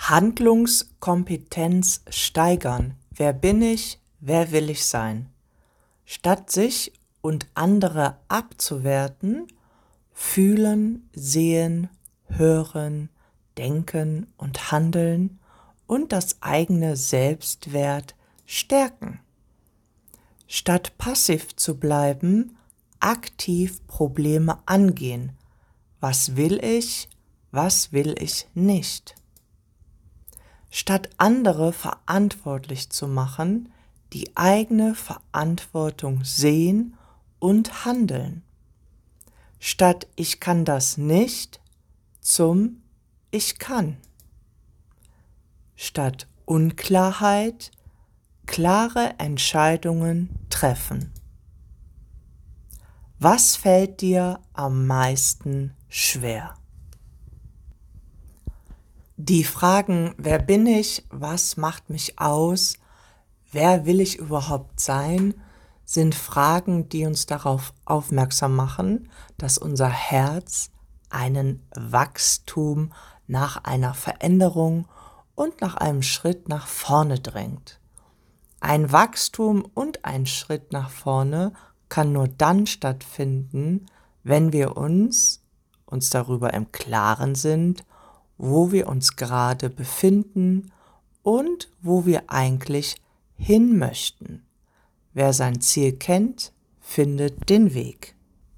Handlungskompetenz steigern. Wer bin ich? Wer will ich sein? Statt sich und andere abzuwerten, fühlen, sehen, hören, denken und handeln und das eigene Selbstwert stärken. Statt passiv zu bleiben, aktiv Probleme angehen. Was will ich nicht? Statt andere verantwortlich zu machen, die eigene Verantwortung sehen und handeln. Statt ich kann das nicht zum ich kann. Statt Unklarheit klare Entscheidungen treffen. Was fällt dir am meisten schwer? Die Fragen, wer bin ich, was macht mich aus, wer will ich überhaupt sein, sind Fragen, die uns darauf aufmerksam machen, dass unser Herz einen Wachstum nach einer Veränderung und nach einem Schritt nach vorne drängt. Ein Wachstum und ein Schritt nach vorne kann nur dann stattfinden, wenn wir uns darüber im Klaren sind, wo wir uns gerade befinden und wo wir eigentlich hin möchten. Wer sein Ziel kennt, findet den Weg.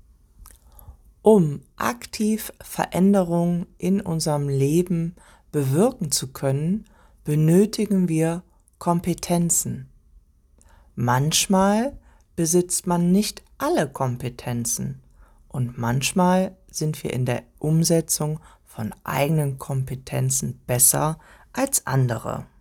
Um aktiv Veränderungen in unserem Leben bewirken zu können, benötigen wir Kompetenzen. Manchmal besitzt man nicht alle Kompetenzen und manchmal sind wir in der Umsetzung von eigenen Kompetenzen besser als andere.